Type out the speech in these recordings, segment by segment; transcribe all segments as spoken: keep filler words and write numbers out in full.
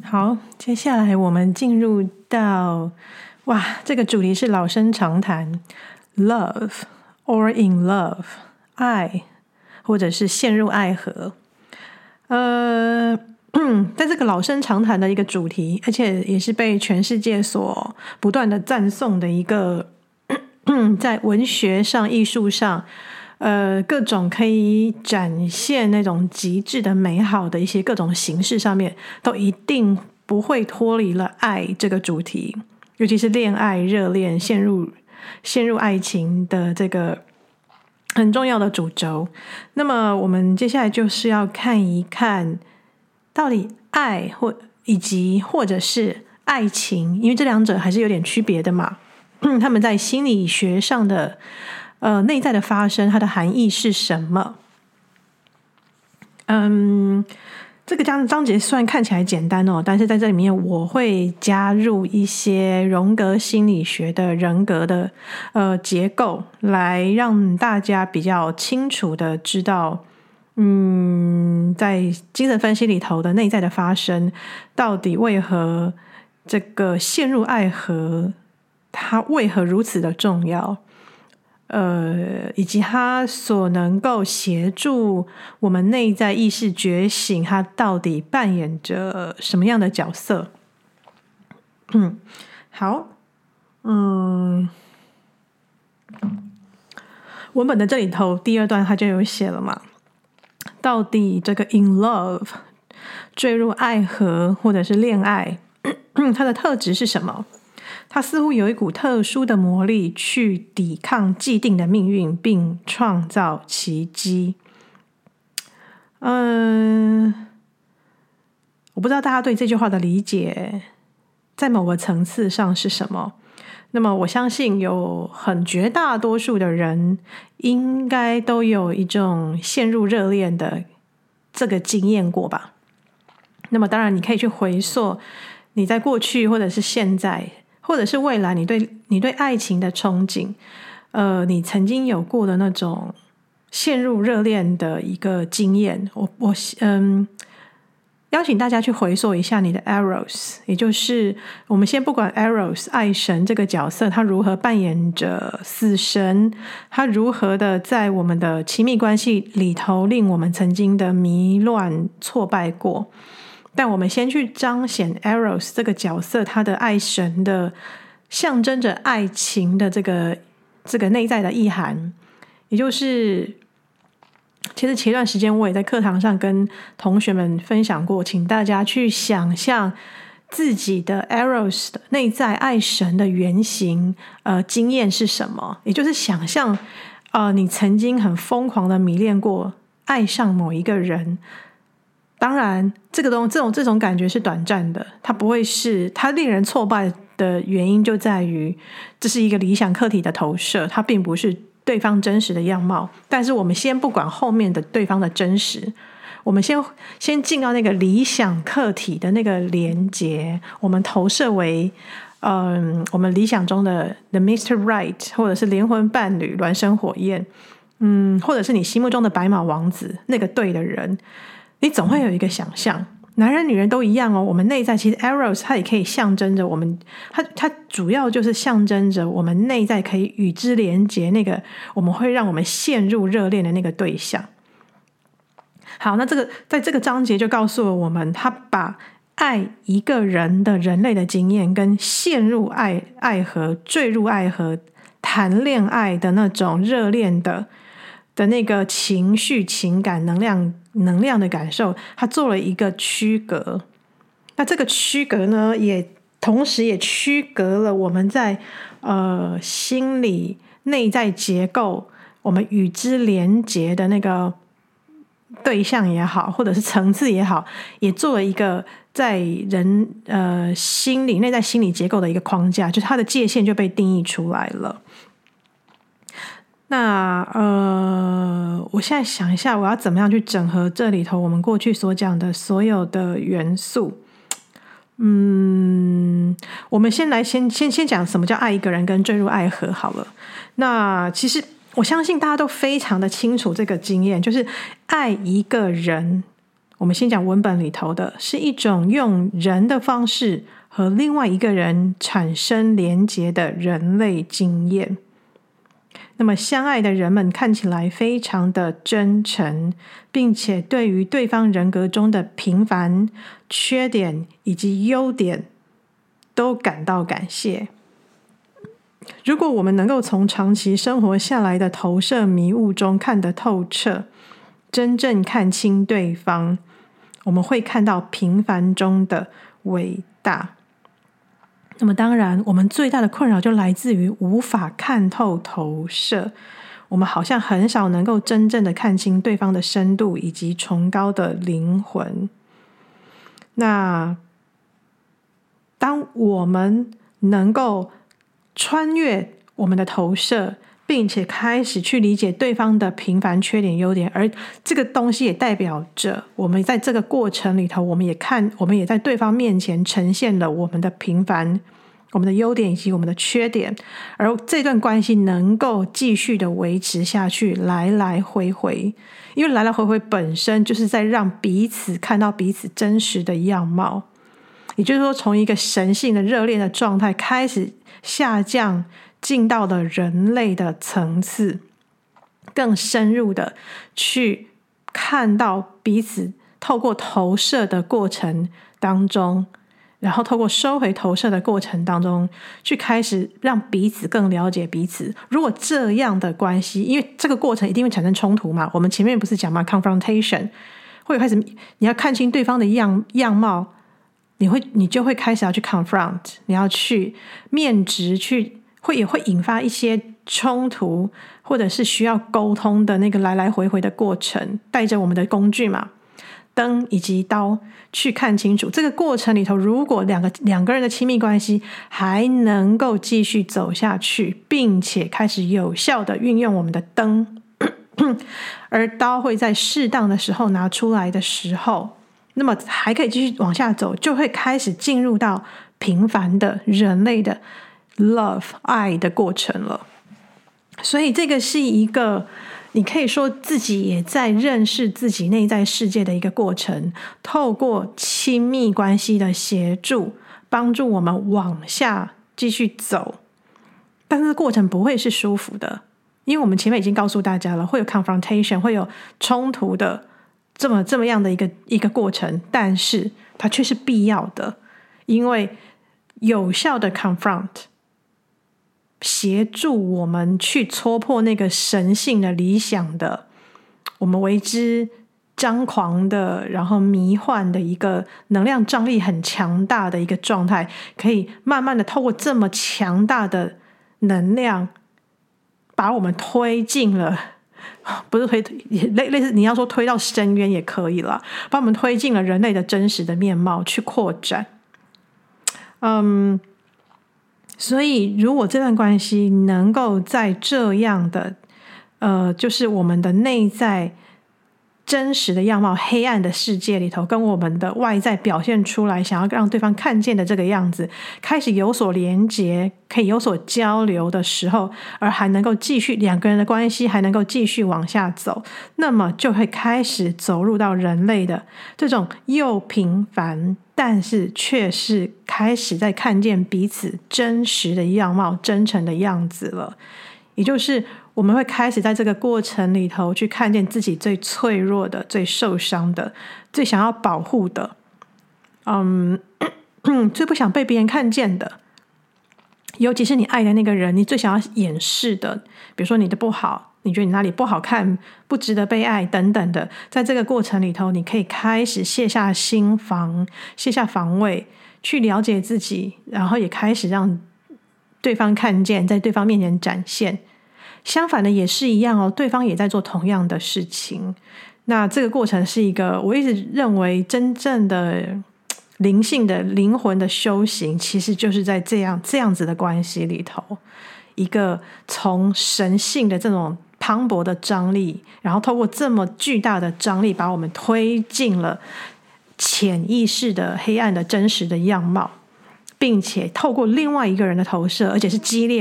好，接下来我们进入到哇，这个主题是老生常谈 ，love or in love， 爱或者是陷入爱河。呃，在这个老生常谈的一个主题，而且也是被全世界所不断的赞颂的一个，在文学上、艺术上。呃，各种可以展现那种极致的美好的一些各种形式上面，都一定不会脱离了爱这个主题，尤其是恋爱、热恋、陷入陷入爱情的这个很重要的主轴。那么，我们接下来就是要看一看，到底爱或以及或者是爱情，因为这两者还是有点区别的嘛。他们在心理学上的。呃，内在的发生，它的含义是什么？嗯，这个章章节虽然看起来简单哦，但是在这里面我会加入一些荣格心理学的人格的呃结构，来让大家比较清楚的知道，嗯，在精神分析里头的内在的发生，到底为何这个陷入爱河，它为何如此的重要？呃，以及它所能够协助我们内在意识觉醒，它到底扮演着什么样的角色？嗯，好，嗯，文本的这里头第二段它就有写了嘛，到底这个 in love 坠入爱河或者是恋爱，它的特质是什么？它似乎有一股特殊的魔力去抵抗既定的命运，并创造奇迹。嗯，我不知道大家对这句话的理解在某个层次上是什么。那么我相信有很绝大多数的人应该都有一种陷入热恋的这个经验过吧。那么当然你可以去回溯你在过去或者是现在或者是未来你对你对爱情的憧憬，呃，你曾经有过的那种陷入热恋的一个经验，我我嗯，邀请大家去回溯一下你的 Eros， 也就是我们先不管 Eros 爱神这个角色，他如何扮演着死神，他如何的在我们的亲密关系里头令我们曾经的迷乱挫败过。但我们先去彰显 Eros 这个角色，他的爱神的象征着爱情的这个这个内在的意涵，也就是其实前段时间我也在课堂上跟同学们分享过，请大家去想象自己的 Eros 的内在爱神的原型呃经验是什么，也就是想象呃你曾经很疯狂的迷恋过，爱上某一个人。当然这个东这种这种感觉是短暂的，它不会是它令人挫败的原因就在于这是一个理想客体的投射，它并不是对方真实的样貌。但是我们先不管后面的对方的真实，我们先先进到那个理想客体的那个连结，我们投射为嗯我们理想中的 The Mister Right， 或者是灵魂伴侣孪生火焰，嗯，或者是你心目中的白马王子那个对的人。你总会有一个想象，男人女人都一样哦。我们内在其实 Eros 它也可以象征着我们，它它主要就是象征着我们内在可以与之连结那个我们会让我们陷入热恋的那个对象。好，那这个在这个章节就告诉了我们，他把爱一个人的人类的经验跟陷入爱爱河、坠入爱河、谈恋爱的那种热恋的的那个情绪、情感、能量。能量的感受，它做了一个区隔。那这个区隔呢，也同时也区隔了我们在呃心理内在结构，我们与之连结的那个对象也好，或者是层次也好，也做了一个在人呃心理内在心理结构的一个框架，就是它的界限就被定义出来了。那呃，我现在想一下，我要怎么样去整合这里头我们过去所讲的所有的元素。嗯，我们先来先先先讲什么叫爱一个人跟坠入爱河好了。那其实我相信大家都非常的清楚这个经验，就是爱一个人， 我们先讲文本里头的，是一种用人的方式和另外一个人产生连结的人类经验。那么相爱的人们看起来非常的真诚，并且对于对方人格中的平凡、缺点以及优点都感到感谢。如果我们能够从长期生活下来的投射迷雾中看得透彻，真正看清对方，我们会看到平凡中的伟大。那么当然，我们最大的困扰就来自于无法看透投射，我们好像很少能够真正的看清对方的深度以及崇高的灵魂。那当我们能够穿越我们的投射，并且开始去理解对方的平凡、缺点、优点，而这个东西也代表着我们在这个过程里头，我们也看，我们也在对方面前呈现了我们的平凡、我们的优点以及我们的缺点，而这段关系能够继续的维持下去，来来回回，因为来来回回本身就是在让彼此看到彼此真实的样貌。也就是说，从一个神性的热恋的状态开始下降，进到了人类的层次，更深入的去看到彼此，透过投射的过程当中，然后透过收回投射的过程当中，去开始让彼此更了解彼此。如果这样的关系，因为这个过程一定会产生冲突嘛，我们前面不是讲嘛 confrontation 会开始，你要看清对方的样样貌，你会你就会开始要去 confront， 你要去面质，去会也会引发一些冲突，或者是需要沟通的那个来来回回的过程，带着我们的工具嘛，灯以及刀去看清楚这个过程里头，如果两个两个人的亲密关系还能够继续走下去，并且开始有效的运用我们的灯而刀会在适当的时候拿出来的时候，那么还可以继续往下走，就会开始进入到平凡的人类的 love 爱的过程了。所以这个是一个你可以说自己也在认识自己内在世界的一个过程，透过亲密关系的协助，帮助我们往下继续走。但是过程不会是舒服的，因为我们前面已经告诉大家了，会有 confrontation， 会有冲突的这么这么样的一个一个过程，但是它却是必要的，因为有效的 confront 协助我们去戳破那个神性的理想的，我们为之张狂的，然后迷幻的一个能量张力很强大的一个状态，可以慢慢的透过这么强大的能量把我们推进了，不是推类类似你要说推到深渊也可以了，把我们推进了人类的真实的面貌去扩展。嗯，所以如果这段关系能够在这样的呃，就是我们的内在真实的样貌黑暗的世界里头，跟我们的外在表现出来想要让对方看见的这个样子开始有所连结，可以有所交流的时候，而还能够继续两个人的关系还能够继续往下走，那么就会开始走入到人类的这种又平凡但是却是开始在看见彼此真实的样貌真诚的样子了。也就是我们会开始在这个过程里头去看见自己最脆弱的、最受伤的、最想要保护的，嗯，最不想被别人看见的，尤其是你爱的那个人，你最想要掩饰的，比如说你的不好，你觉得你哪里不好看，不值得被爱等等的，在这个过程里头，你可以开始卸下心防，卸下防卫，去了解自己，然后也开始让对方看见，在对方面前展现。相反的也是一样哦，对方也在做同样的事情。那这个过程是一个我一直认为真正的灵性的灵魂的修行，其实就是在这样这样子的关系里头，一个从神性的这种磅礴的张力，然后透过这么巨大的张力把我们推进了潜意识的黑暗的真实的样貌，并且透过另外一个人的投射，而且是激烈的，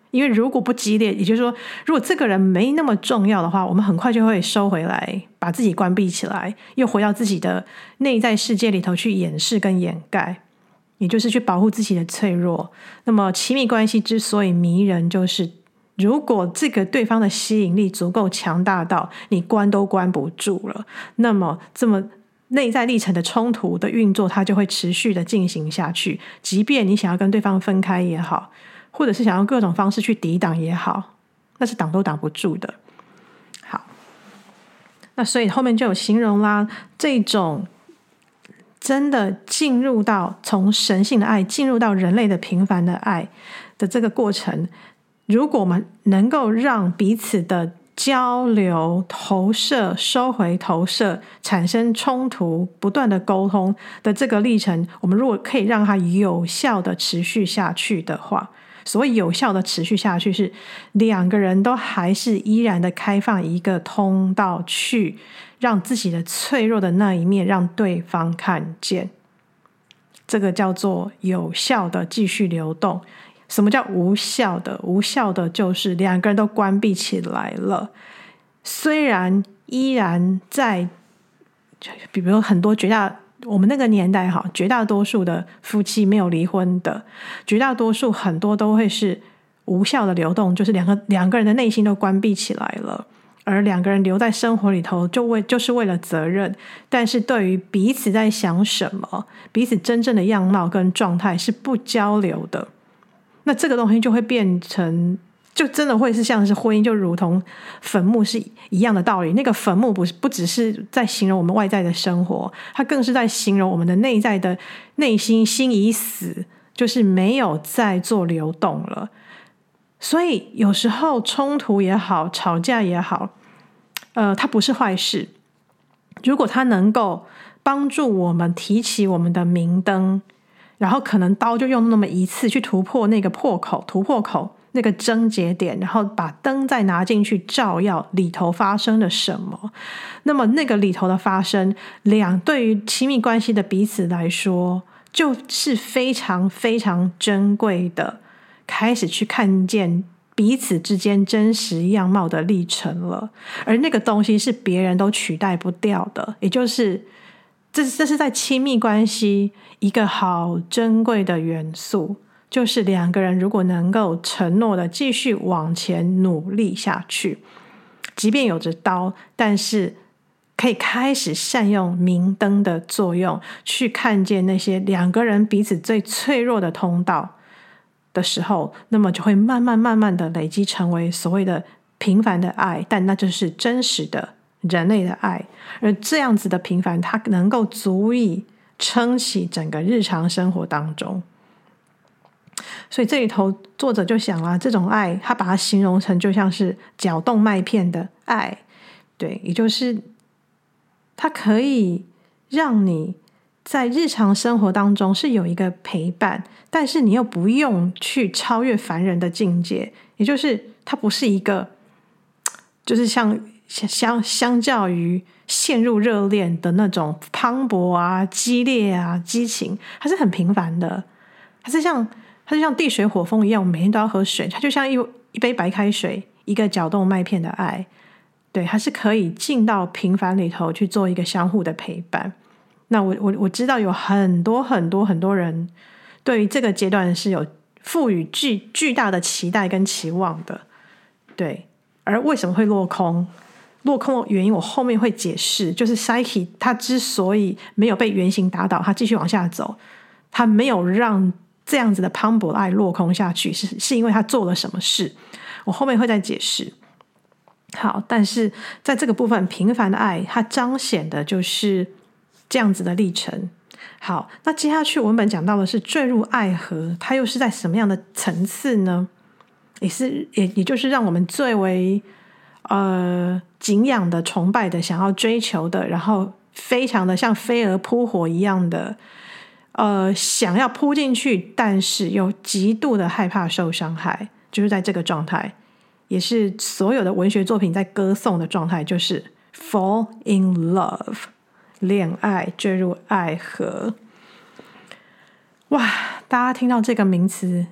因为如果不激烈，也就是说如果这个人没那么重要的话，我们很快就会收回来，把自己关闭起来，又回到自己的内在世界里头去掩饰跟掩盖，也就是去保护自己的脆弱。那么亲密关系之所以迷人，就是如果这个对方的吸引力足够强大到你关都关不住了，那么这么内在历程的冲突的运作它就会持续的进行下去，即便你想要跟对方分开也好，或者是想要各种方式去抵挡也好，那是挡都挡不住的。好，那所以后面就有形容啦，这种真的进入到从神性的爱进入到人类的平凡的爱的这个过程，如果我们能够让彼此的交流、投射、收回投射，产生冲突、不断的沟通的这个历程，我们如果可以让它有效的持续下去的话，所谓有效的持续下去是两个人都还是依然的开放一个通道去让自己的脆弱的那一面让对方看见，这个叫做有效的继续流动。什么叫无效的？无效的就是两个人都关闭起来了，虽然依然在，比如说很多绝大我们那个年代哈，绝大多数的夫妻没有离婚的，绝大多数很多都会是无效的流动，就是两个两个人的内心都关闭起来了，而两个人留在生活里头就为就是为了责任，但是对于彼此在想什么，彼此真正的样貌跟状态是不交流的。那这个东西就会变成，就真的会是像是婚姻就如同坟墓是一样的道理。那个坟墓不是不只是在形容我们外在的生活，它更是在形容我们的内在的内心心已死，就是没有在做流动了。所以有时候冲突也好，吵架也好，呃，它不是坏事。如果它能够帮助我们提起我们的明灯，然后可能刀就用那么一次去突破那个破口，突破口那个症结点，然后把灯再拿进去照耀里头发生了什么。那么那个里头的发生，两对于亲密关系的彼此来说，就是非常非常珍贵的，开始去看见彼此之间真实样貌的历程了。而那个东西是别人都取代不掉的，也就是这这是在亲密关系一个好珍贵的元素，就是两个人如果能够承诺的继续往前努力下去，即便有着刀，但是可以开始善用明灯的作用，去看见那些两个人彼此最脆弱的通道的时候，那么就会慢慢慢慢的累积成为所谓的平凡的爱，但那就是真实的人类的爱。而这样子的平凡，它能够足以撑起整个日常生活当中。所以这里头作者就想了，这种爱他把它形容成就像是搅动麦片的爱，对，也就是它可以让你在日常生活当中是有一个陪伴，但是你又不用去超越凡人的境界，也就是它不是一个就是像相相较于陷入热恋的那种磅礴啊、激烈啊、激情，它是很平凡的，它是像它就像地水火风一样，我们每天都要喝水，它就像一一杯白开水，一个搅动麦片的爱，对，它是可以进到平凡里头去做一个相互的陪伴。那我我我知道有很多很多很多人对于这个阶段是有赋予巨巨大的期待跟期望的，对，而为什么会落空？落空的原因我后面会解释，就是 Psyche 他之所以没有被原型打倒，他继续往下走，他没有让这样子的磅礴的爱落空下去，是是因为他做了什么事，我后面会再解释。好，但是在这个部分，平凡的爱它彰显的就是这样子的历程。好，那接下去文本讲到的是坠入爱河，它又是在什么样的层次呢？也是也也就是让我们最为呃敬仰的、崇拜的、想要追求的，然后非常的像飞蛾扑火一样的呃想要扑进去，但是又极度的害怕受伤害，就是在这个状态，也是所有的文学作品在歌颂的状态，就是 fall in love， 恋爱，坠入爱河。哇，大家听到这个名词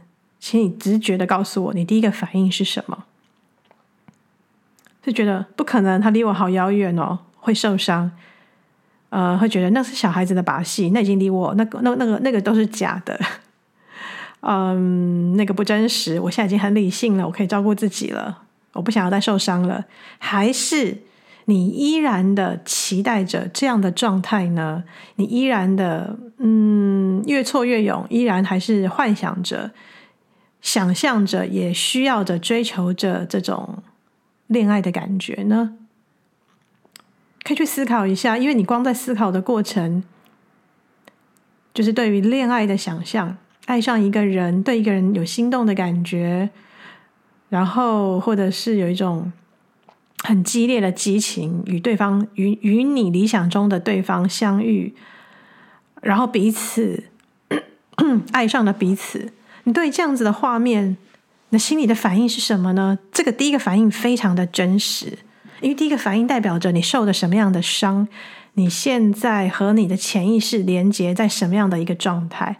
请你直觉的告诉我，你第一个反应是什么？是觉得不可能，他离我好遥远哦，会受伤，呃，会觉得那是小孩子的把戏，那已经离我那个那那个那个都是假的，嗯，那个不真实。我现在已经很理性了，我可以照顾自己了，我不想要再受伤了。还是你依然的期待着这样的状态呢？你依然的嗯越挫越勇，依然还是幻想着、想象着，也需要着、追求着这种恋爱的感觉呢？可以去思考一下，因为你光在思考的过程，就是对于恋爱的想象，爱上一个人，对一个人有心动的感觉，然后或者是有一种很激烈的激情，与对方与与你理想中的对方相遇，然后彼此爱上了彼此。你对这样子的画面，你的心里的反应是什么呢？这个第一个反应非常的真实，因为第一个反应代表着你受了什么样的伤，你现在和你的潜意识连接在什么样的一个状态。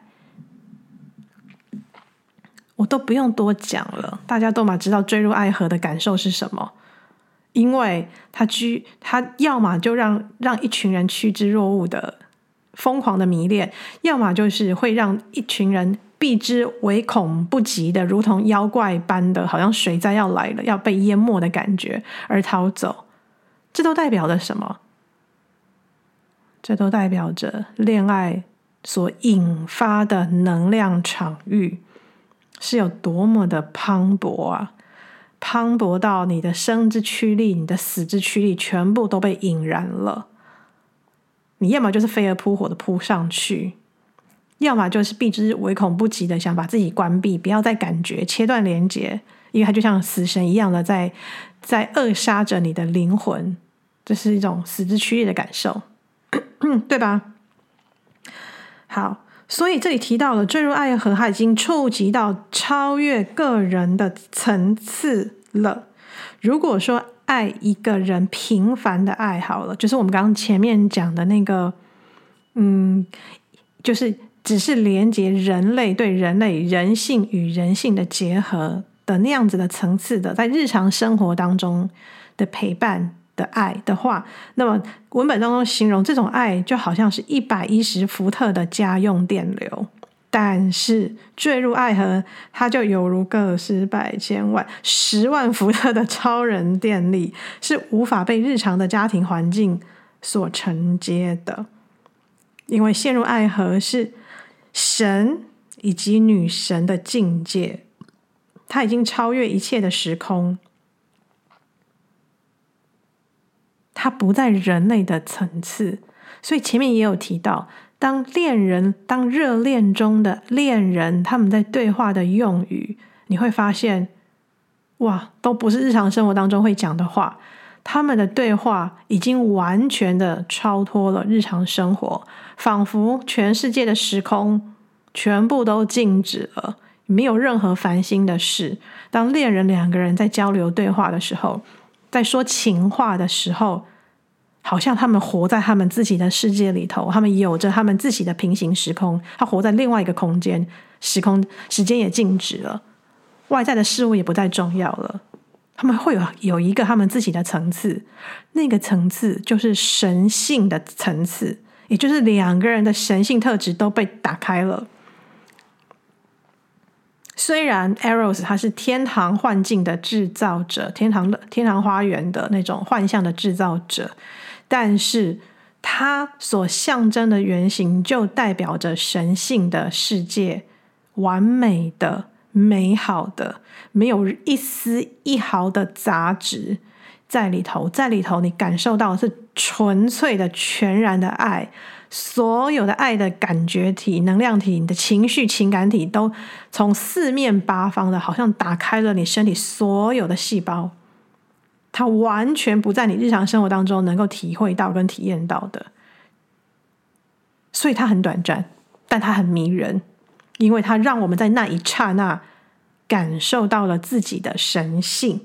我都不用多讲了，大家都嘛知道坠入爱河的感受是什么。因为他居他要么就让让一群人趋之若鹜的疯狂的迷恋，要么就是会让一群人避之唯恐不及的，如同妖怪般的，好像水灾要来了，要被淹没的感觉而逃走。这都代表着什么？这都代表着恋爱所引发的能量场域是有多么的磅礴啊！磅礴到你的生之驱力、你的死之驱力全部都被引燃了。你要么就是飞蛾扑火的扑上去，要么就是避之唯恐不及的想把自己关闭，不要再感觉，切断连结，因为它就像死神一样的在在扼杀着你的灵魂，这是一种死之驱力的感受，对吧？好，所以这里提到了坠入爱河，它已经触及到超越个人的层次了。如果说爱一个人，平凡的爱好了，就是我们刚刚前面讲的那个，嗯，就是只是连接人类对人类、人性与人性的结合的那样子的层次的，在日常生活当中的陪伴的爱的话，那么文本当中形容这种爱就好像是一百一十伏特的家用电流。但是坠入爱河，它就犹如个十百千万十万伏特的超人电力，是无法被日常的家庭环境所承接的。因为陷入爱河是神以及女神的境界，它已经超越一切的时空，它不在人类的层次。所以前面也有提到，当恋人当热恋中的恋人他们在对话的用语，你会发现哇，都不是日常生活当中会讲的话，他们的对话已经完全的超脱了日常生活，仿佛全世界的时空全部都静止了，没有任何烦心的事。当恋人两个人在交流对话的时候，在说情话的时候，好像他们活在他们自己的世界里头，他们有着他们自己的平行时空，他活在另外一个空间，时空时间也静止了，外在的事物也不再重要了，他们会有有一个他们自己的层次，那个层次就是神性的层次，也就是两个人的神性特质都被打开了。虽然 Eros 它是天堂幻境的制造者，天堂的天堂花园的那种幻象的制造者，但是它所象征的原型就代表着神性的世界，完美的、美好的，没有一丝一毫的杂质在里头。在里头你感受到的是纯粹的、全然的爱，所有的爱的感觉体、能量体、你的情绪、情感体都从四面八方的，好像打开了你身体所有的细胞，它完全不在你日常生活当中能够体会到跟体验到的。所以它很短暂，但它很迷人，因为它让我们在那一刹那感受到了自己的神性。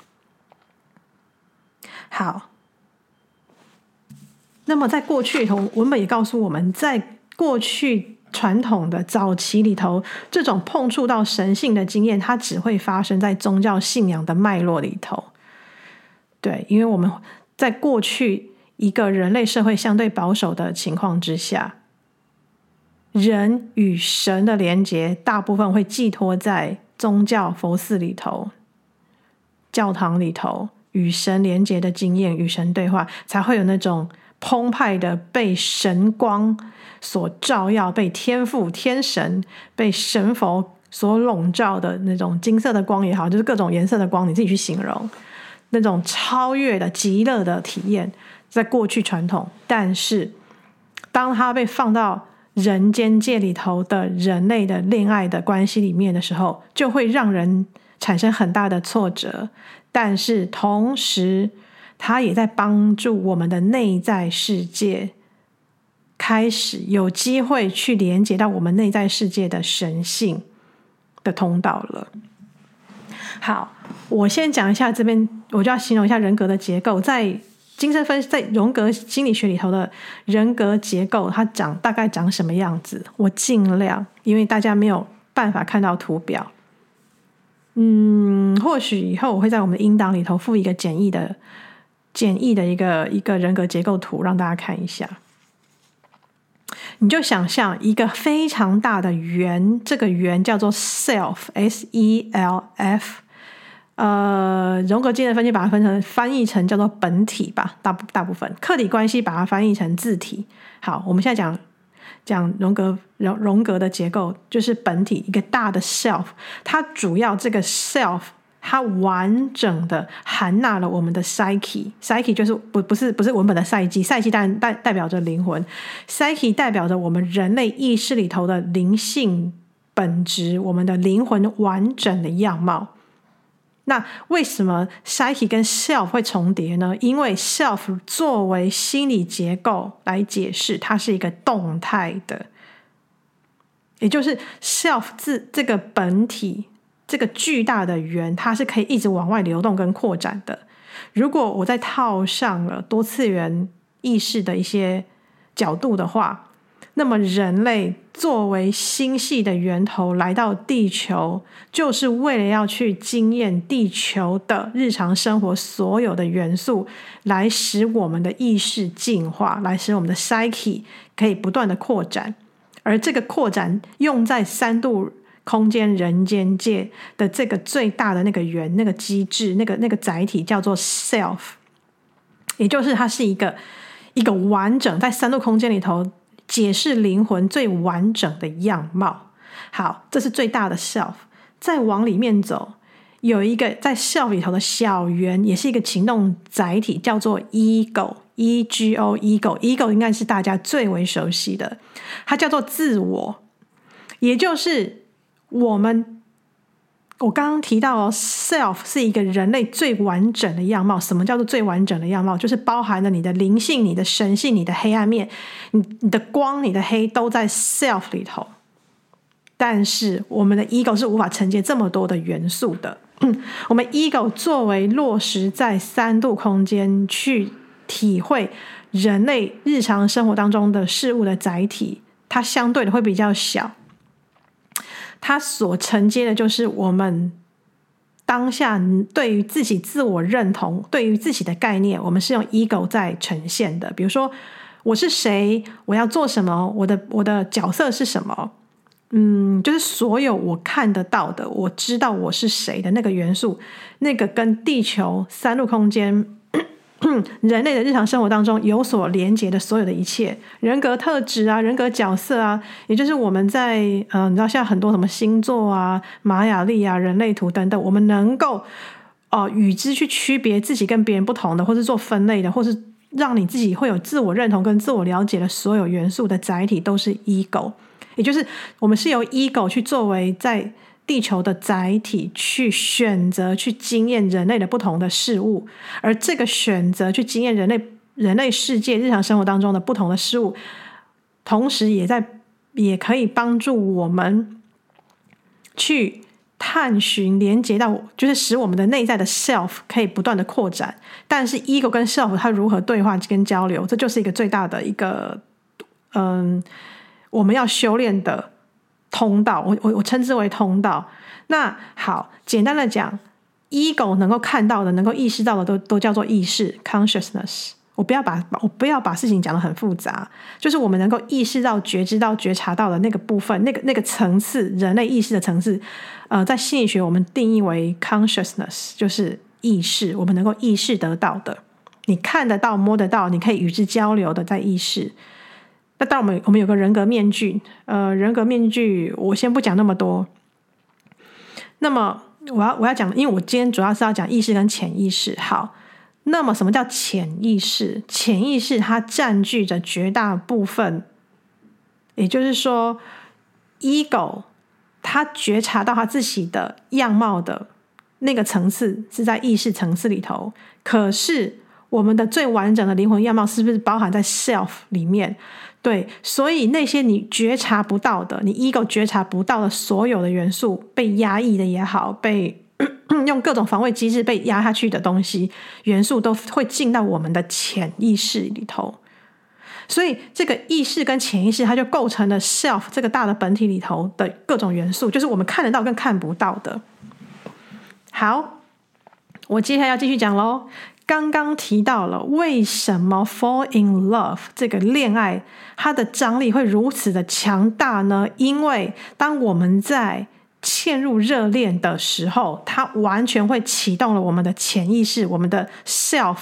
好，那么在过去里头，文本也告诉我们，在过去传统的早期里头，这种碰触到神性的经验，它只会发生在宗教信仰的脉络里头。对，因为我们在过去一个人类社会相对保守的情况之下，人与神的连结大部分会寄托在宗教佛寺里头、教堂里头，与神连结的经验，与神对话，才会有那种澎湃的被神光所照耀，被天父天神被神佛所笼罩的那种金色的光也好，就是各种颜色的光，你自己去形容，那种超越的极乐的体验在过去传统，但是当它被放到人间界里头的人类的恋爱的关系里面的时候，就会让人产生很大的挫折，但是同时它也在帮助我们的内在世界开始有机会去连接到我们内在世界的神性的通道了。好，我先讲一下这边，我就要形容一下人格的结构。在精神分析，在荣格心理学里头的人格结构，它长大概长什么样子？我尽量，因为大家没有办法看到图表，嗯，或许以后我会在我们的音档里头附一个简易的、简易的一个一个人格结构图，让大家看一下。你就想象一个非常大的圆，这个圆叫做 self，S E L F。呃，荣格精神分析把它分成翻译成叫做本体吧，大大部分客体关系把它翻译成自体。好，我们现在讲讲荣格荣荣格的结构，就是本体一个大的 self， 它主要这个 self 它完整的含纳了我们的 psyche， psyche 就是不不是不是文本的赛季，赛季当然代代表着灵魂， psyche 代表着我们人类意识里头的灵性本质，我们的灵魂完整的样貌。那为什么 psyche 跟 self 会重叠呢？因为 self 作为心理结构来解释，它是一个动态的，也就是 self 自这个本体这个巨大的圆，它是可以一直往外流动跟扩展的。如果我再套上了多次元意识的一些角度的话，那么人类作为星系的源头来到地球，就是为了要去经验地球的日常生活所有的元素，来使我们的意识进化，来使我们的 psyche 可以不断的扩展。而这个扩展用在三度空间人间界的这个最大的那个圆，那个机制，那个那个载体叫做 self， 也就是它是一个一个完整在三度空间里头解释灵魂最完整的样貌。好，这是最大的 self。 再往里面走，有一个在 self 里头的小圆，也是一个行动载体，叫做 ego， E G O ego ego 应该是大家最为熟悉的，它叫做自我，也就是我们我刚刚提到、哦、self 是一个人类最完整的样貌。什么叫做最完整的样貌？就是包含了你的灵性、你的神性、你的黑暗面， 你, 你的光、你的黑都在 self 里头。但是我们的 ego 是无法承接这么多的元素的、嗯、我们 ego 作为落实在三度空间去体会人类日常生活当中的事物的载体，它相对的会比较小，它所承接的就是我们当下对于自己自我认同，对于自己的概念，我们是用 ego 在呈现的。比如说我是谁，我要做什么，我的我的角色是什么，嗯，就是所有我看得到的，我知道我是谁的那个元素，那个跟地球三度空间人类的日常生活当中有所连结的所有的一切，人格特质啊，人格角色啊，也就是我们在呃，你知道现在很多什么星座啊、玛雅历啊、人类图等等，我们能够哦、呃、与之去区别自己跟别人不同的，或是做分类的，或是让你自己会有自我认同跟自我了解的所有元素的载体，都是 ego。也就是我们是由 ego 去作为在地球的载体，去选择去经验人类的不同的事物，而这个选择去经验人类人类世界日常生活当中的不同的事物，同时也在也可以帮助我们去探寻连接到，就是使我们的内在的 self 可以不断的扩展。但是 ego 跟 self 它如何对话跟交流，这就是一个最大的一个嗯我们要修炼的通道，我我我称之为通道。那好，简单的讲 ego 能够看到的能够意识到的 都, 都叫做意识 consciousness。 我不要把我不要把事情讲得很复杂，就是我们能够意识到觉知到觉察到的那个部分，那个那个层次，人类意识的层次，呃，在心理学我们定义为 consciousness， 就是意识，我们能够意识得到的，你看得到摸得到，你可以与之交流的在意识。那当然我们我们有个人格面具，呃，人格面具我先不讲那么多。那么我要我要讲，因为我今天主要是要讲意识跟潜意识。好，那么什么叫潜意识？潜意识它占据着绝大部分，也就是说 ego 它觉察到它自己的样貌的那个层次是在意识层次里头，可是我们的最完整的灵魂样貌是不是包含在 self 里面？对，所以那些你觉察不到的，你 ego 觉察不到的所有的元素，被压抑的也好，被用各种防卫机制被压下去的东西，元素都会进到我们的潜意识里头。所以这个意识跟潜意识它就构成了 self 这个大的本体里头的各种元素，就是我们看得到跟看不到的。好，我接下来要继续讲咯。刚刚提到了为什么 fall in love 这个恋爱它的张力会如此的强大呢？因为当我们在陷入热恋的时候，它完全会启动了我们的潜意识，我们的 self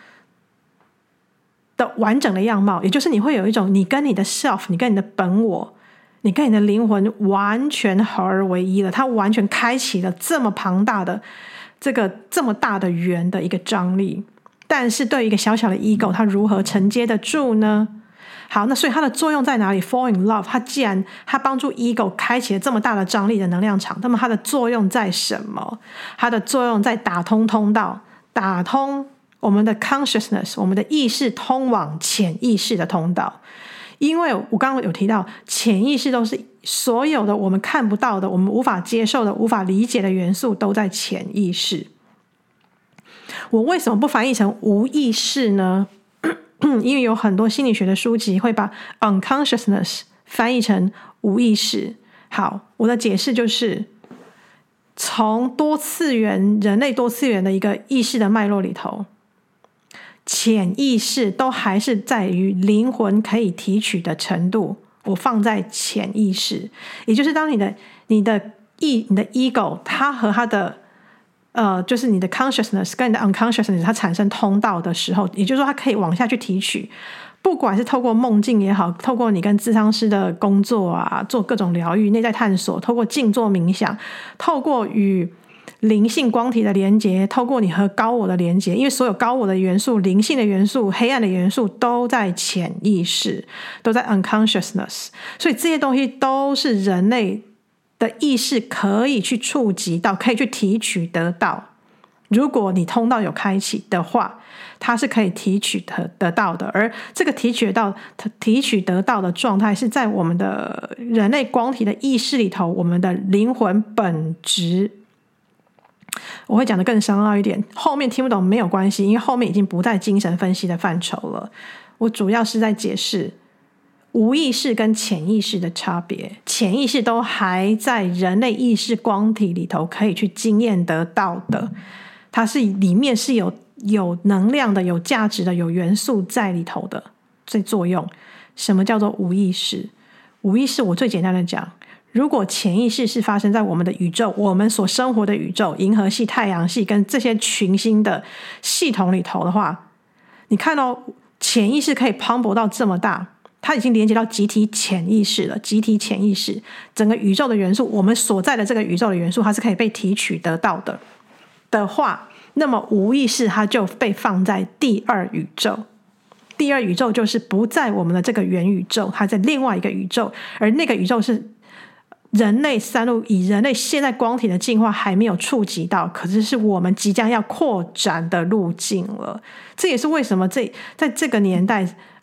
的完整的样貌，也就是你会有一种你跟你的 self， 你跟你的本我，你跟你的灵魂完全合而为一了，它完全开启了这么庞大的这个这么大的圆的一个张力。但是对于一个小小的 ego， 它如何承接得住呢？好，那所以它的作用在哪里？ fall in love 它既然它帮助 ego 开启了这么大的张力的能量场，那么它的作用在什么？它的作用在打通通道，打通我们的 consciousness， 我们的意识通往潜意识的通道。因为我刚刚有提到潜意识都是所有的我们看不到的，我们无法接受的，无法理解的元素都在潜意识。我为什么不翻译成无意识呢？因为有很多心理学的书籍会把 unconsciousness 翻译成无意识。好，我的解释就是从多次元人类多次元的一个意识的脉络里头，潜意识都还是在于灵魂可以提取的程度，我放在潜意识。也就是当你的你的意你的 ego 它和它的呃，就是你的 consciousness 跟你的 unconsciousness 它产生通道的时候，也就是说它可以往下去提取，不管是透过梦境也好，透过你跟咨商师的工作啊，做各种疗愈内在探索，透过静坐冥想，透过与灵性光体的连结，透过你和高我的连结，因为所有高我的元素、灵性的元素、黑暗的元素都在潜意识，都在 unconsciousness， 所以这些东西都是人类的意识可以去触及到，可以去提取得到。如果你通道有开启的话，它是可以提取得得到的。而这个提取到提取得到的状态是在我们的人类光体的意识里头，我们的灵魂本质。我会讲得更深奥一点，后面听不懂没有关系，因为后面已经不在精神分析的范畴了。我主要是在解释无意识跟潜意识的差别。潜意识都还在人类意识光体里头可以去经验得到的，它是里面是有有能量的，有价值的，有元素在里头的在作用。什么叫做无意识？无意识我最简单的讲，如果潜意识是发生在我们的宇宙，我们所生活的宇宙，银河系、太阳系跟这些群星的系统里头的话，你看到、哦、潜意识可以磅礴到这么大，它已经连接到集体潜意识了。集体潜意识，整个宇宙的元素，我们所在的这个宇宙的元素，它是可以被提取得到的的话，那么无意识它就被放在第二宇宙。第二宇宙就是不在我们的这个元宇宙，它在另外一个宇宙，而那个宇宙是人类三路以人类现在光体的进化还没有触及到，可是是我们即将要扩展的路径了。这也是为什么这在这个年代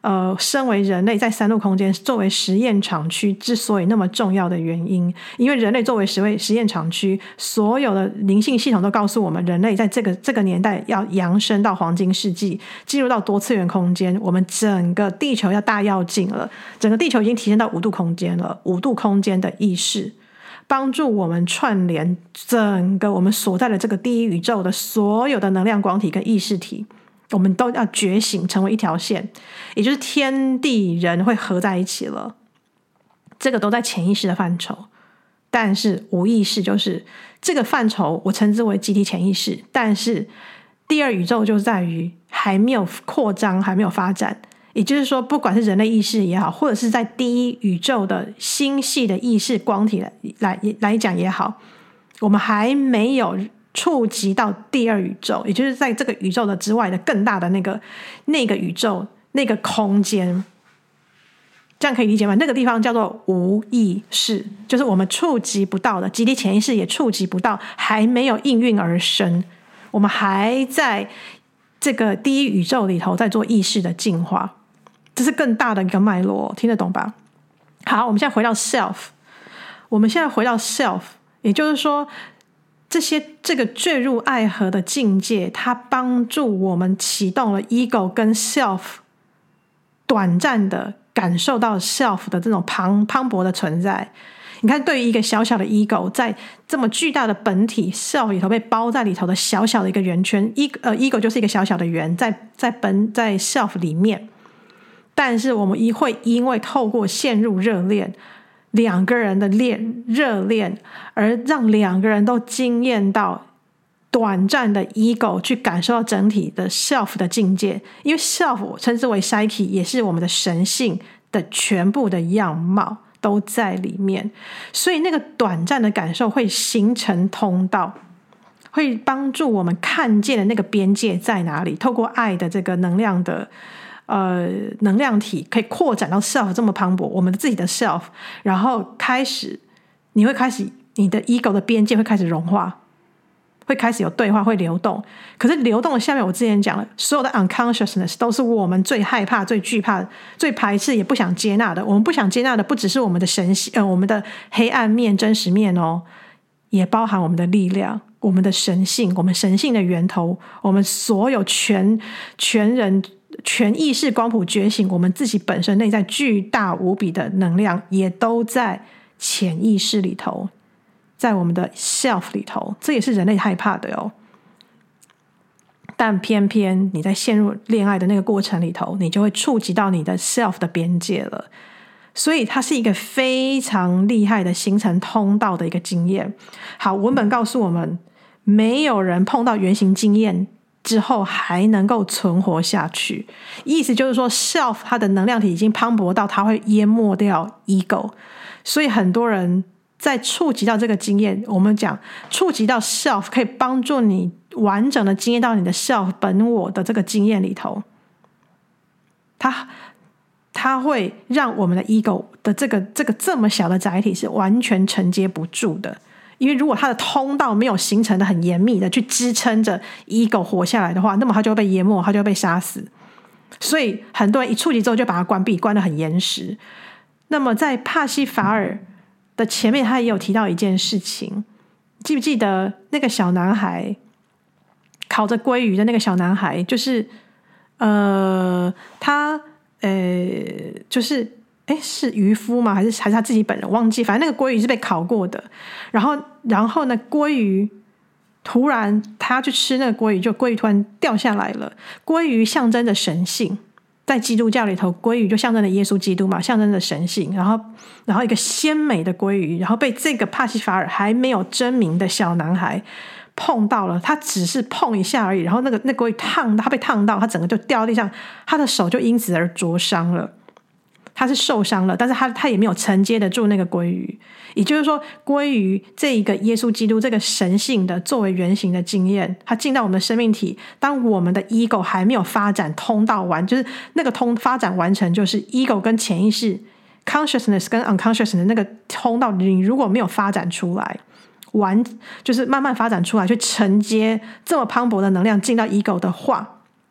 呃，身为人类在三度空间作为实验场区之所以那么重要的原因，因为人类作为实位实验场区，所有的灵性系统都告诉我们，人类在这个这个年代要扬升到黄金世纪，进入到多次元空间，我们整个地球要大跃进了，整个地球已经提升到五度空间了，五度空间的意识帮助我们串联整个我们所在的这个第一宇宙的所有的能量光体跟意识体，我们都要觉醒成为一条线，也就是天地人会合在一起了。这个都在潜意识的范畴，但是无意识就是这个范畴，我称之为集体潜意识。但是第二宇宙就在于还没有扩张，还没有发展，也就是说不管是人类意识也好，或者是在第一宇宙的星系的意识光体 来, 来, 来讲也好，我们还没有触及到第二宇宙，也就是在这个宇宙的之外的更大的那个那个宇宙那个空间，这样可以理解吗？那个地方叫做无意识，就是我们触及不到的，集体潜意识也触及不到，还没有应运而生，我们还在这个第一宇宙里头在做意识的进化，这是更大的一个脉络，听得懂吧？好，我们现在回到 self， 我们现在回到 self， 也就是说这些这个坠入爱河的境界，它帮助我们启动了 ego 跟 self 短暂的感受到 self 的这种磅磅礴的存在。你看，对于一个小小的 ego， 在这么巨大的本体 self 里头被包在里头的小小的一个圆圈， ego, 呃 ego 就是一个小小的圆，在在本在 self 里面，但是我们会因为透过陷入热恋，两个人的恋热恋，而让两个人都经验到短暂的 ego 去感受到整体的 self 的境界。因为 self 我称之为 psyche， 也是我们的神性的全部的样貌都在里面，所以那个短暂的感受会形成通道，会帮助我们看见的那个边界在哪里，透过爱的这个能量的呃，能量体可以扩展到 self 这么磅礴，我们的自己的 self， 然后开始你会开始你的 ego 的边界会开始融化，会开始有对话，会流动。可是流动的下面我之前讲了，所有的 unconsciousness 都是我们最害怕最惧怕最排斥也不想接纳的。我们不想接纳的不只是我们的神性、呃、我们的黑暗面真实面哦，也包含我们的力量，我们的神性，我们神性的源头，我们所有全全人全意识光谱觉醒，我们自己本身内在巨大无比的能量也都在潜意识里头，在我们的 self 里头，这也是人类害怕的哦。但偏偏你在陷入恋爱的那个过程里头，你就会触及到你的 self 的边界了，所以它是一个非常厉害的形成通道的一个经验。好，文本告诉我们，没有人碰到原型经验之后还能够存活下去，意思就是说 self 它的能量体已经磅礴到它会淹没掉 ego， 所以很多人在触及到这个经验，我们讲触及到 self 可以帮助你完整的经验到你的 self 本我的这个经验里头，它它会让我们的 ego 的这个这个这么小的载体是完全承接不住的。因为如果它的通道没有形成的很严密的去支撑着 ego 活下来的话，那么它就会被淹没，它就会被杀死。所以很多人一触及之后就把它关闭，关得很严实。那么在帕西法尔的前面他也有提到一件事情，记不记得那个小男孩烤着鲑鱼的那个小男孩，就是呃他呃就是诶是渔夫吗？还是还是他自己本人忘记，反正那个鲑鱼是被烤过的。然后然后呢，鲑鱼突然他去吃那个鲑鱼，就鲑鱼突然掉下来了。鲑鱼象征着神性，在基督教里头，鲑鱼就象征着耶稣基督嘛，象征着神性。然后然后一个鲜美的鲑鱼，然后被这个帕西法尔还没有真名的小男孩碰到了，他只是碰一下而已，然后那个那鲑鱼烫，他被烫到，他整个就掉地上，他的手就因此而灼伤了。他是受伤了，但是他他也没有承接得住那个鲑鱼。也就是说，鲑鱼这一个耶稣基督这个神性的作为原型的经验，它进到我们的生命体，当我们的 ego 还没有发展通道完，就是那个通发展完成，就是 ego 跟潜意识 consciousness 跟 unconsciousness 的那个通道，你如果没有发展出来完，就是慢慢发展出来去承接这么磅礴的能量进到 ego 的话，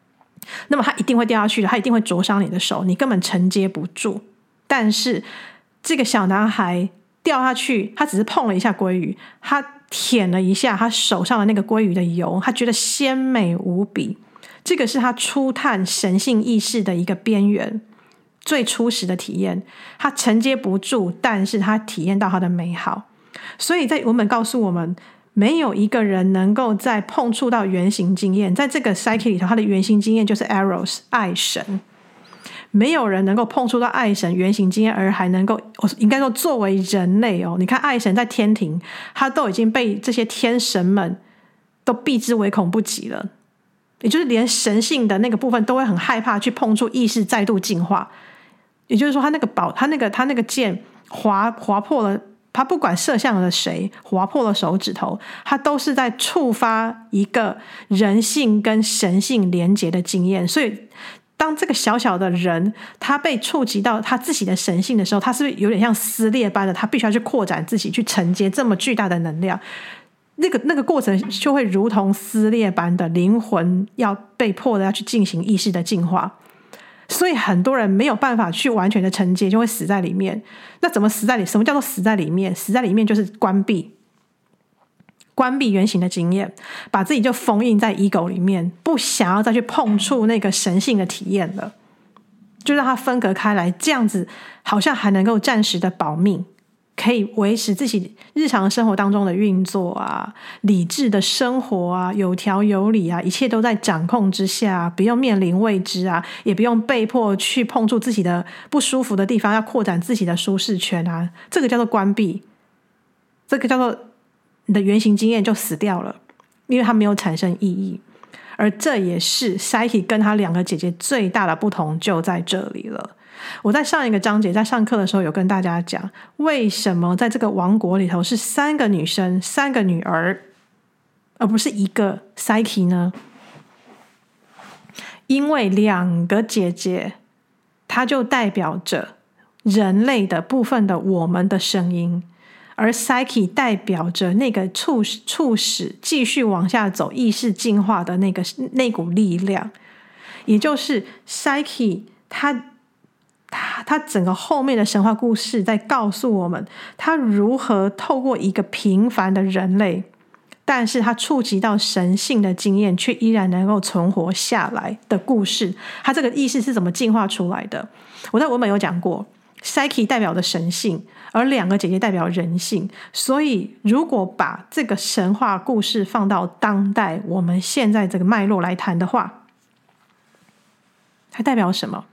那么它一定会掉下去的，它一定会灼伤你的手，你根本承接不住。但是这个小男孩掉下去，他只是碰了一下鲑鱼，他舔了一下他手上的那个鲑鱼的油，他觉得鲜美无比。这个是他初探神性意识的一个边缘，最初始的体验，他承接不住，但是他体验到他的美好。所以在文本告诉我们，没有一个人能够在碰触到原型经验，在这个 psyche 里头，他的原型经验就是 eros 爱神，没有人能够碰触到爱神原型经验而还能够，应该说作为人类哦，你看爱神在天庭，他都已经被这些天神们都避之唯恐不及了，也就是连神性的那个部分都会很害怕去碰触意识再度进化。也就是说他那个宝他那个他那个剑划划破了，他不管射向了谁，划破了手指头，他都是在触发一个人性跟神性连结的经验。所以当这个小小的人他被触及到他自己的神性的时候，他是不是有点像撕裂般的，他必须要去扩展自己，去承接这么巨大的能量，那个那个过程就会如同撕裂般的灵魂要被迫的要去进行意识的进化。所以很多人没有办法去完全的承接，就会死在里面。那怎么死在里？什么叫做死在里面？死在里面就是关闭关闭原型的经验，把自己就封印在 ego 里面，不想要再去碰触那个神性的体验了，就让它分隔开来，这样子好像还能够暂时的保命，可以维持自己日常生活当中的运作啊，理智的生活啊，有条有理啊，一切都在掌控之下，不用面临未知啊，也不用被迫去碰触自己的不舒服的地方，要扩展自己的舒适圈啊，这个叫做关闭，这个叫做你的原型经验就死掉了，因为它没有产生意义。而这也是 Psyche 跟她两个姐姐最大的不同就在这里了。我在上一个章节在上课的时候有跟大家讲，为什么在这个王国里头是三个女生三个女儿而不是一个 Psyche 呢？因为两个姐姐它就代表着人类的部分的我们的声音，而 Psyche 代表着那个促使促使继续往下走意识进化的那个那股力量。也就是 Psyche 它他, 他整个后面的神话故事在告诉我们，他如何透过一个平凡的人类，但是他触及到神性的经验，却依然能够存活下来的故事。他这个意识是怎么进化出来的？我在文本有讲过 Psyche 代表的神性，而两个姐姐代表人性。所以如果把这个神话故事放到当代我们现在这个脉络来谈的话，它代表什么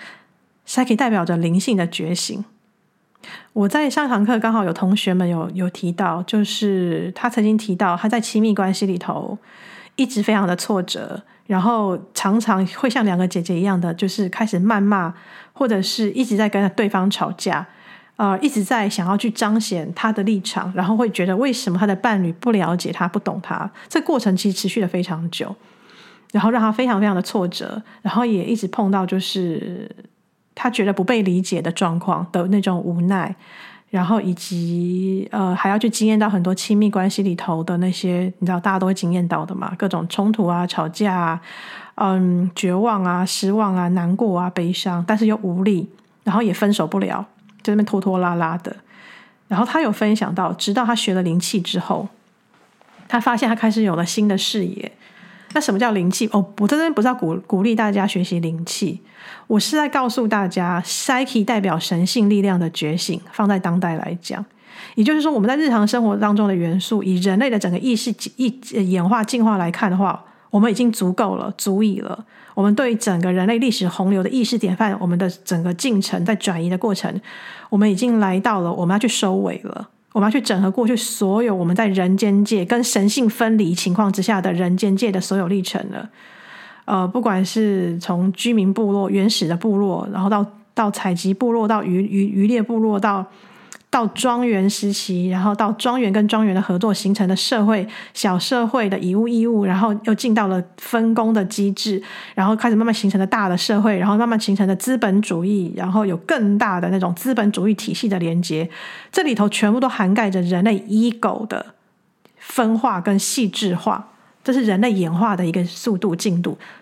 ？Psyche 代表着灵性的觉醒。我在上堂课刚好有同学们有有提到，就是他曾经提到他在亲密关系里头一直非常的挫折，然后常常会像两个姐姐一样的，就是开始谩骂，或者是一直在跟对方吵架，呃，一直在想要去彰显他的立场，然后会觉得为什么他的伴侣不了解他，不懂他。这过程其实持续了非常久，然后让他非常非常的挫折，然后也一直碰到就是他觉得不被理解的状况的那种无奈，然后以及呃还要去经验到很多亲密关系里头的那些你知道大家都会经验到的嘛，各种冲突啊、吵架啊、嗯绝望啊、失望啊、难过啊、悲伤，但是又无力，然后也分手不了，就在那边拖拖拉拉的。然后他有分享到，直到他学了灵气之后，他发现他开始有了新的视野。那什么叫灵气？哦，我这边不是要 鼓, 鼓励大家学习灵气，我是在告诉大家 Psyche 代表神性力量的觉醒，放在当代来讲，也就是说我们在日常生活当中的元素，以人类的整个意识意演化进化来看的话，我们已经足够了，足以了。我们对整个人类历史洪流的意识典范，我们的整个进程在转移的过程，我们已经来到了我们要去收尾了，我们要去整合过去所有我们在人间界跟神性分离情况之下的人间界的所有历程了。呃，不管是从居民部落原始的部落，然后到到采集部落，到渔渔渔猎部落，到到庄园时期，然后到庄园跟庄园的合作形成的社会小社会的以物易物，然后又进到了分工的机制，然后开始慢慢形成了大的社会，然后慢慢形成了资本主义，然后有更大的那种资本主义体系的连接，这里头全部都涵盖着人类 ego 的分化跟细致化，这是人类演化的一个速度进度。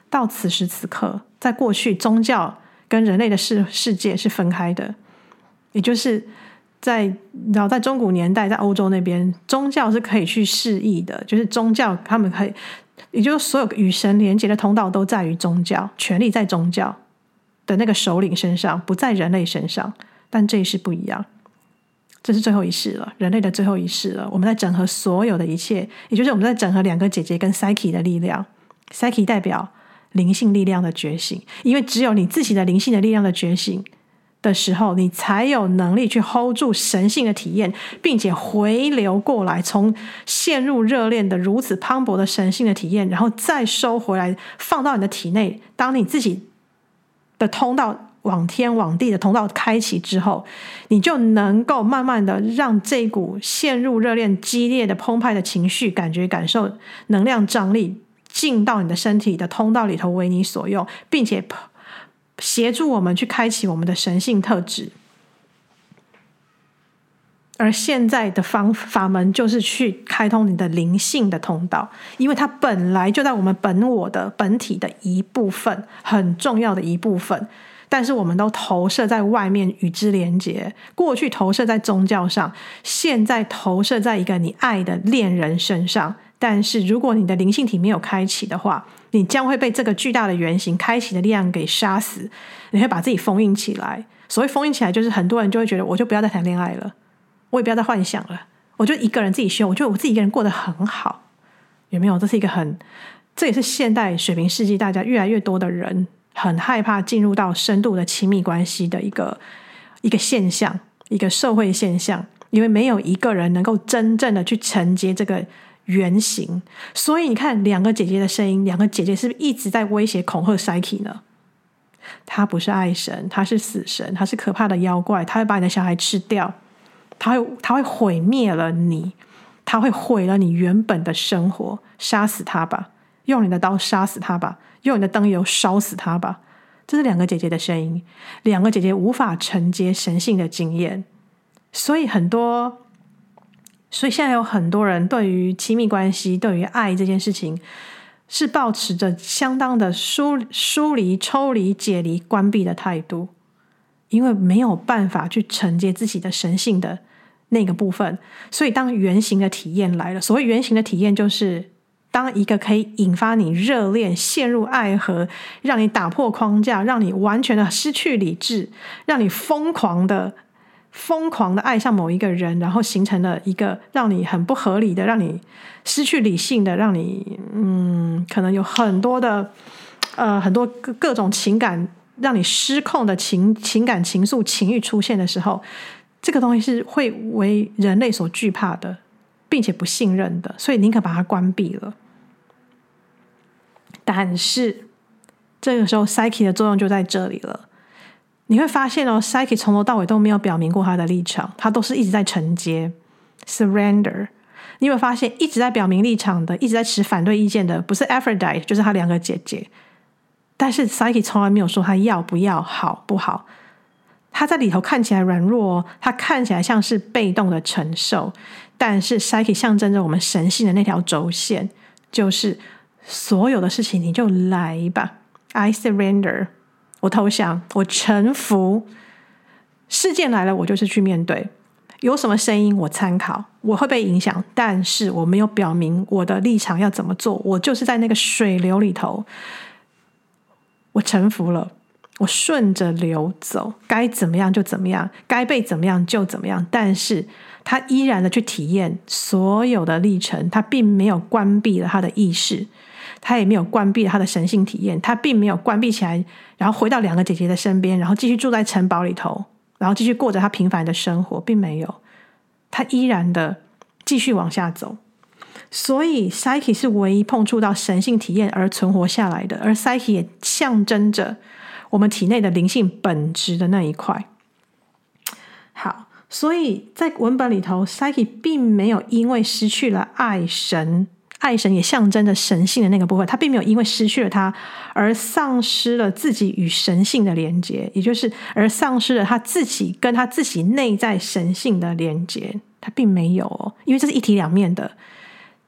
到此时此刻，在过去宗教跟人类的世世界是分开的，也就是在然后在中古年代，在欧洲那边，宗教是可以去释义的，就是宗教他们可以，也就是所有与神连结的通道都在于宗教，权力在宗教的那个首领身上，不在人类身上。但这一世不一样，这是最后一世了，人类的最后一世了。我们在整合所有的一切，也就是我们在整合两个姐姐跟 Psyche 的力量。Psyche 代表灵性力量的觉醒，因为只有你自己的灵性的力量的觉醒的时候，你才有能力去 hold 住神性的体验，并且回流过来，从陷入热恋的如此磅礴的神性的体验，然后再收回来放到你的体内。当你自己的通道往天往地的通道开启之后，你就能够慢慢的让这股陷入热恋激烈的澎湃的情绪感觉感受能量张力进到你的身体的通道里头为你所用，并且协助我们去开启我们的神性特质。而现在的方法门就是去开通你的灵性的通道，因为它本来就在我们本我的本体的一部分，很重要的一部分，但是我们都投射在外面与之连结，过去投射在宗教上，现在投射在一个你爱的恋人身上。但是如果你的灵性体没有开启的话，你将会被这个巨大的原型开启的力量给杀死，你会把自己封印起来。所谓封印起来，就是很多人就会觉得我就不要再谈恋爱了，我也不要再幻想了，我就一个人自己修，我觉得我自己一个人过得很好。有没有？这是一个很，这也是现代水平世纪大家越来越多的人很害怕进入到深度的亲密关系的一个一个现象，一个社会现象，因为没有一个人能够真正的去承接这个原型。所以你看两个姐姐的声音，两个姐姐是不是一直在威胁恐吓 Psyche 呢？她不是爱神，她是死神，她是可怕的妖怪，她会把你的小孩吃掉，她会她会毁灭了你，她会毁了你原本的生活，杀死她吧，用你的刀杀死她吧，用你的灯油烧死她吧。这是两个姐姐的声音，两个姐姐无法承接神性的经验。所以很多所以现在有很多人对于亲密关系，对于爱这件事情是抱持着相当的疏疏离、抽离、解离、关闭的态度，因为没有办法去承接自己的神性的那个部分。所以当原型的体验来了，所谓原型的体验就是当一个可以引发你热恋、陷入爱河，让你打破框架，让你完全的失去理智，让你疯狂的疯狂的爱上某一个人，然后形成了一个让你很不合理的，让你失去理性的，让你嗯，可能有很多的呃很多各各种情感让你失控的情情感情愫情欲出现的时候，这个东西是会为人类所惧怕的，并且不信任的，所以宁可把它关闭了。但是这个时候 Psyche 的作用就在这里了。你会发现哦 Psyche 从头到尾都没有表明过他的立场，他都是一直在承接 surrender。 你有没有发现一直在表明立场的，一直在持反对意见的，不是 Aphrodite 就是他两个姐姐。但是 Psyche 从来没有说他要不要，好不好。他在里头看起来软弱，他看起来像是被动的承受，但是 Psyche 象征着我们神性的那条轴线，就是所有的事情你就来吧， I surrender，我投降，我臣服，事件来了我就是去面对，有什么声音我参考，我会被影响，但是我没有表明我的立场要怎么做，我就是在那个水流里头，我臣服了，我顺着流走，该怎么样就怎么样，该被怎么样就怎么样。但是他依然的去体验所有的历程，他并没有关闭了他的意识，他也没有关闭他的神性体验，他并没有关闭起来，然后回到两个姐姐的身边，然后继续住在城堡里头，然后继续过着他平凡的生活，并没有，他依然的继续往下走。所以 Psyche 是唯一碰触到神性体验而存活下来的，而 Psyche 也象征着我们体内的灵性本质的那一块。好，所以在文本里头 Psyche 并没有因为失去了爱神，爱神也象征着神性的那个部分，他并没有因为失去了他而丧失了自己与神性的连结，也就是而丧失了他自己跟他自己内在神性的连结，他并没有哦，因为这是一体两面的。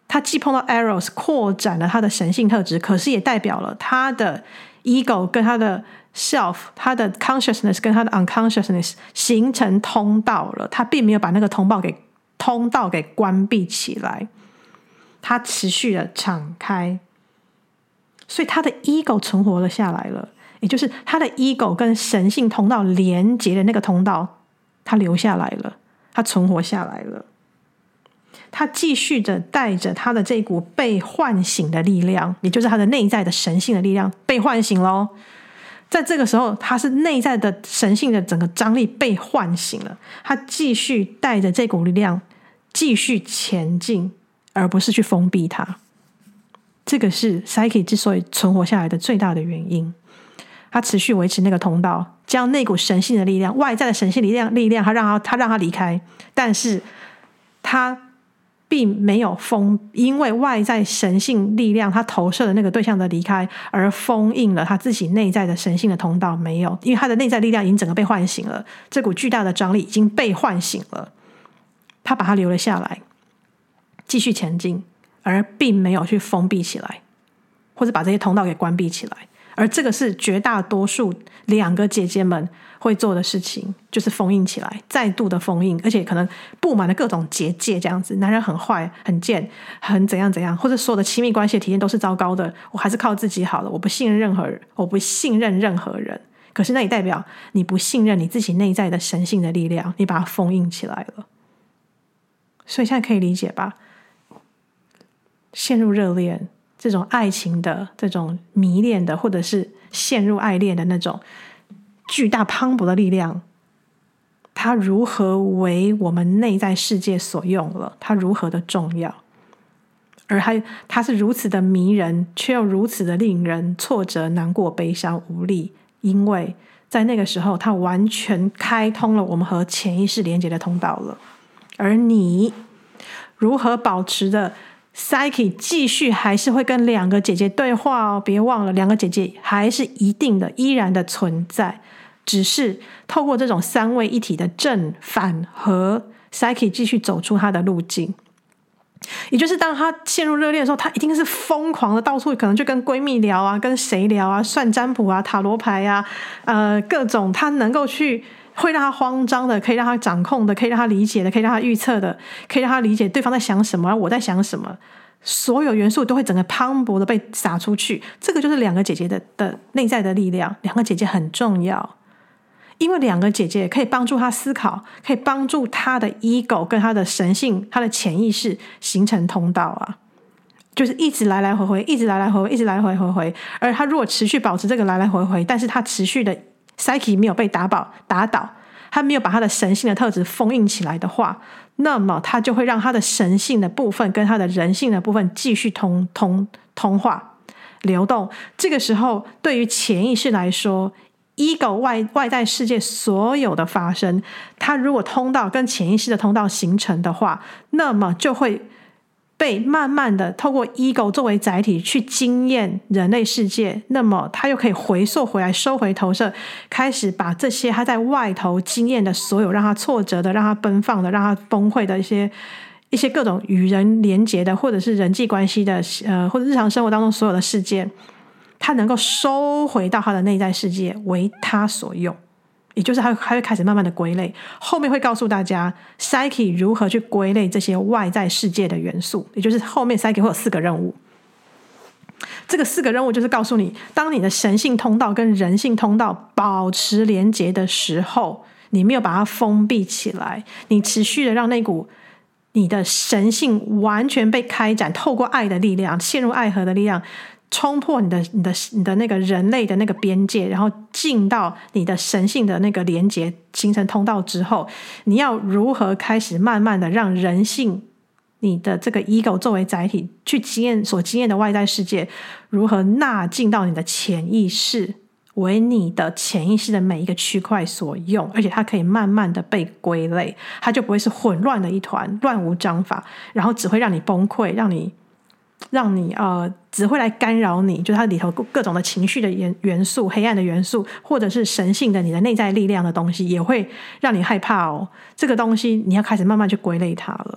他既碰到 Eros 扩展了他的神性特质，可是也代表了他的 ego 跟他的 self， 他的 consciousness 跟他的 unconsciousness 形成通道了，他并没有把那个通道给通道给关闭起来，他持续的敞开，所以他的 ego 存活了下来了，也就是他的 ego 跟神性通道连接的那个通道，他留下来了，他存活下来了，他继续的带着他的这股被唤醒的力量，也就是他的内在的神性的力量被唤醒咯。在这个时候，他是内在的神性的整个张力被唤醒了，他继续带着这股力量继续前进，而不是去封闭它。这个是 Psyche 之所以存活下来的最大的原因，他持续维持那个通道，将那股神性的力量，外在的神性力量力量他让他他让他离开，但是他并没有封，因为外在神性力量他投射的那个对象的离开而封印了他自己内在的神性的通道，没有，因为他的内在力量已经整个被唤醒了，这股巨大的张力已经被唤醒了，他把它留了下来，继续前进，而并没有去封闭起来，或者把这些通道给关闭起来。而这个是绝大多数两个姐姐们会做的事情，就是封印起来，再度的封印，而且可能布满了各种结界，这样子，男人很坏很贱很怎样怎样，或者所有的亲密关系的体验都是糟糕的，我还是靠自己好了，我不信任任何人，我不信任任何人。可是那也代表你不信任你自己内在的神性的力量，你把它封印起来了。所以现在可以理解吧，陷入热恋这种爱情的这种迷恋的，或者是陷入爱恋的那种巨大磅礴的力量，它如何为我们内在世界所用了，它如何的重要，而它它是如此的迷人，却又如此的令人挫折难过悲伤无力，因为在那个时候它完全开通了我们和潜意识连接的通道了。而你如何保持的Psyche 继续还是会跟两个姐姐对话哦，别忘了两个姐姐还是一定的依然的存在，只是透过这种三位一体的正反和 Psyche 继续走出她的路径。也就是当她陷入热恋的时候，她一定是疯狂的到处可能就跟闺蜜聊啊，跟谁聊啊，算占卜啊，塔罗牌啊，呃，各种她能够去会让他慌张的，可以让他掌控的，可以让他理解的，可以让他预测的，可以让他理解对方在想什么，我在想什么，所有元素都会整个磅礴的被撒出去。这个就是两个姐姐的的内在的力量，两个姐姐很重要，因为两个姐姐可以帮助他思考，可以帮助他的 ego 跟他的神性，他的潜意识形成通道啊，就是一直来来回回，一直来来回回，一直来来回回。而他如果持续保持这个来来回回，但是他持续的Psyche 没有被打倒打倒，他没有把他的神性的特质封印起来的话，那么他就会让他的神性的部分跟他的人性的部分继续通通通话流动。这个时候对于潜意识来说， ego 外外在世界所有的发生，它如果通道跟潜意识的通道形成的话，那么就会被慢慢的透过 ego 作为载体去经验人类世界，那么他又可以回溯回来，收回投射，开始把这些他在外头经验的所有让他挫折的，让他奔放的，让他崩溃的一些一些各种与人连结的，或者是人际关系的呃，或者日常生活当中所有的事件，他能够收回到他的内在世界为他所用。也就是他会开始慢慢的归类，后面会告诉大家 Psyche 如何去归类这些外在世界的元素，也就是后面 Psyche 会有四个任务。这个四个任务就是告诉你，当你的神性通道跟人性通道保持连结的时候，你没有把它封闭起来，你持续的让那股你的神性完全被开展，透过爱的力量，陷入爱河的力量，冲破你的你的你的那个人类的那个边界，然后进到你的神性的那个连结，形成通道之后，你要如何开始慢慢的让人性，你的这个 ego 作为载体去经验所经验的外在世界，如何纳进到你的潜意识，为你的潜意识的每一个区块所用，而且它可以慢慢的被归类，它就不会是混乱的一团，乱无章法，然后只会让你崩溃，让你让你呃只会来干扰你，就是它里头各种的情绪的元素，黑暗的元素，或者是神性的你的内在力量的东西，也会让你害怕哦。这个东西你要开始慢慢去归类它了。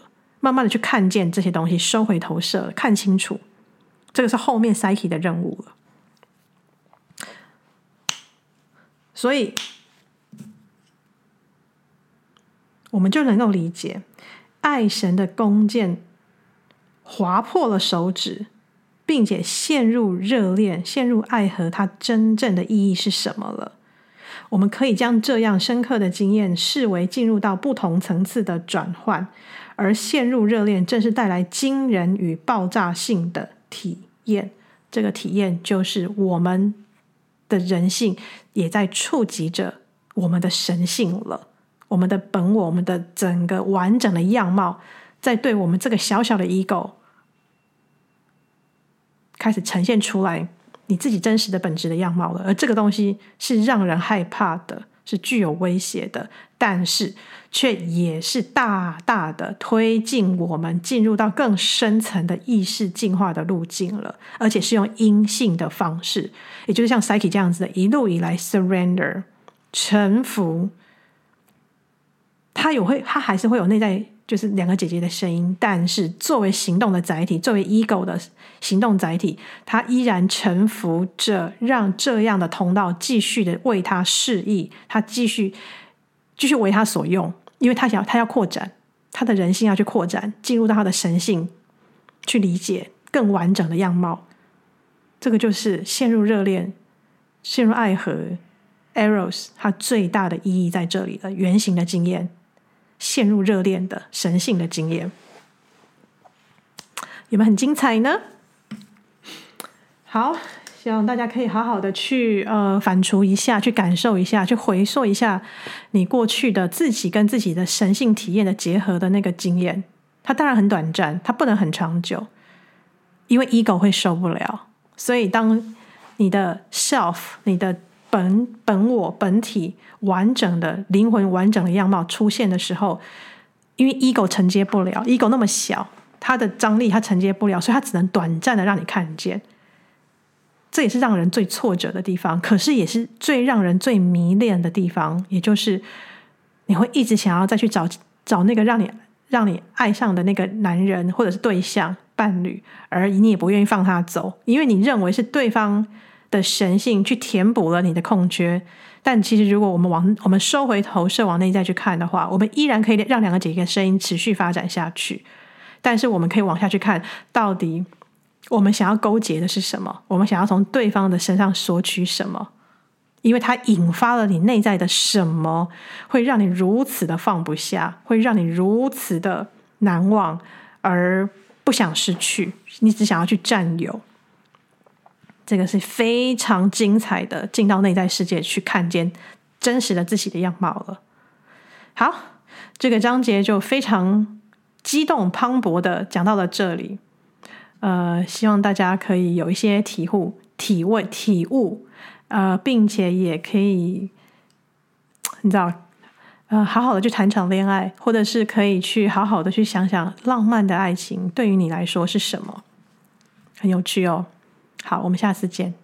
慢慢的去看见这些东西，收回投射，看清楚，这个是后面 Psyche 的任务了。所以我们就能够理解，爱神的弓箭划破了手指，并且陷入热恋，陷入爱河，它真正的意义是什么了。我们可以将这样深刻的经验视为进入到不同层次的转换，而陷入热恋正是带来惊人与爆炸性的体验。这个体验就是我们的人性也在触及着我们的神性了，我们的本我，我们的整个完整的样貌，在对我们这个小小的 ego 开始呈现出来你自己真实的本质的样貌了。而这个东西是让人害怕的，是具有威胁的，但是却也是大大的推进我们进入到更深层的意识进化的路径了，而且是用阴性的方式，也就是像 Psyche 这样子的一路以来 surrender 臣服，他有会他还是会有内在就是两个姐姐的声音，但是作为行动的载体，作为 ego 的行动载体，他依然臣服着，让这样的通道继续的为他示意，他继续继续为他所用，因为他想他要扩展，他的人性要去扩展，进入到他的神性，去理解更完整的样貌。这个就是陷入热恋，陷入爱河 Eros 它最大的意义在这里了，原型的经验，陷入热恋的神性的经验，有没有很精彩呢？好，希望大家可以好好的去呃反刍一下，去感受一下，去回溯一下你过去的自己跟自己的神性体验的结合的那个经验。它当然很短暂，它不能很长久，因为 ego 会受不了。所以当你的 self 你的本本我本体完整的灵魂完整的样貌出现的时候，因为 ego 承接不了， ego 那么小，它的张力它承接不了，所以它只能短暂的让你看见。这也是让人最挫折的地方，可是也是最让人最迷恋的地方，也就是你会一直想要再去找找那个让你让你爱上的那个男人或者是对象伴侣，而你也不愿意放他走，因为你认为是对方的神性去填补了你的空缺。但其实如果我们往我们收回投射往内在去看的话，我们依然可以让两个姐姐的声音持续发展下去，但是我们可以往下去看，到底我们想要勾结的是什么，我们想要从对方的身上索取什么，因为它引发了你内在的什么，会让你如此的放不下，会让你如此的难忘，而不想失去，你只想要去占有。这个是非常精彩的，进到内在世界去看见真实的自己的样貌了。好，这个章节就非常激动磅礴的讲到了这里。呃，希望大家可以有一些体悟、体味、体悟，呃，并且也可以，你知道，呃，好好的去谈场恋爱，或者是可以去好好的去想想浪漫的爱情对于你来说是什么，很有趣哦。好，我们下次见。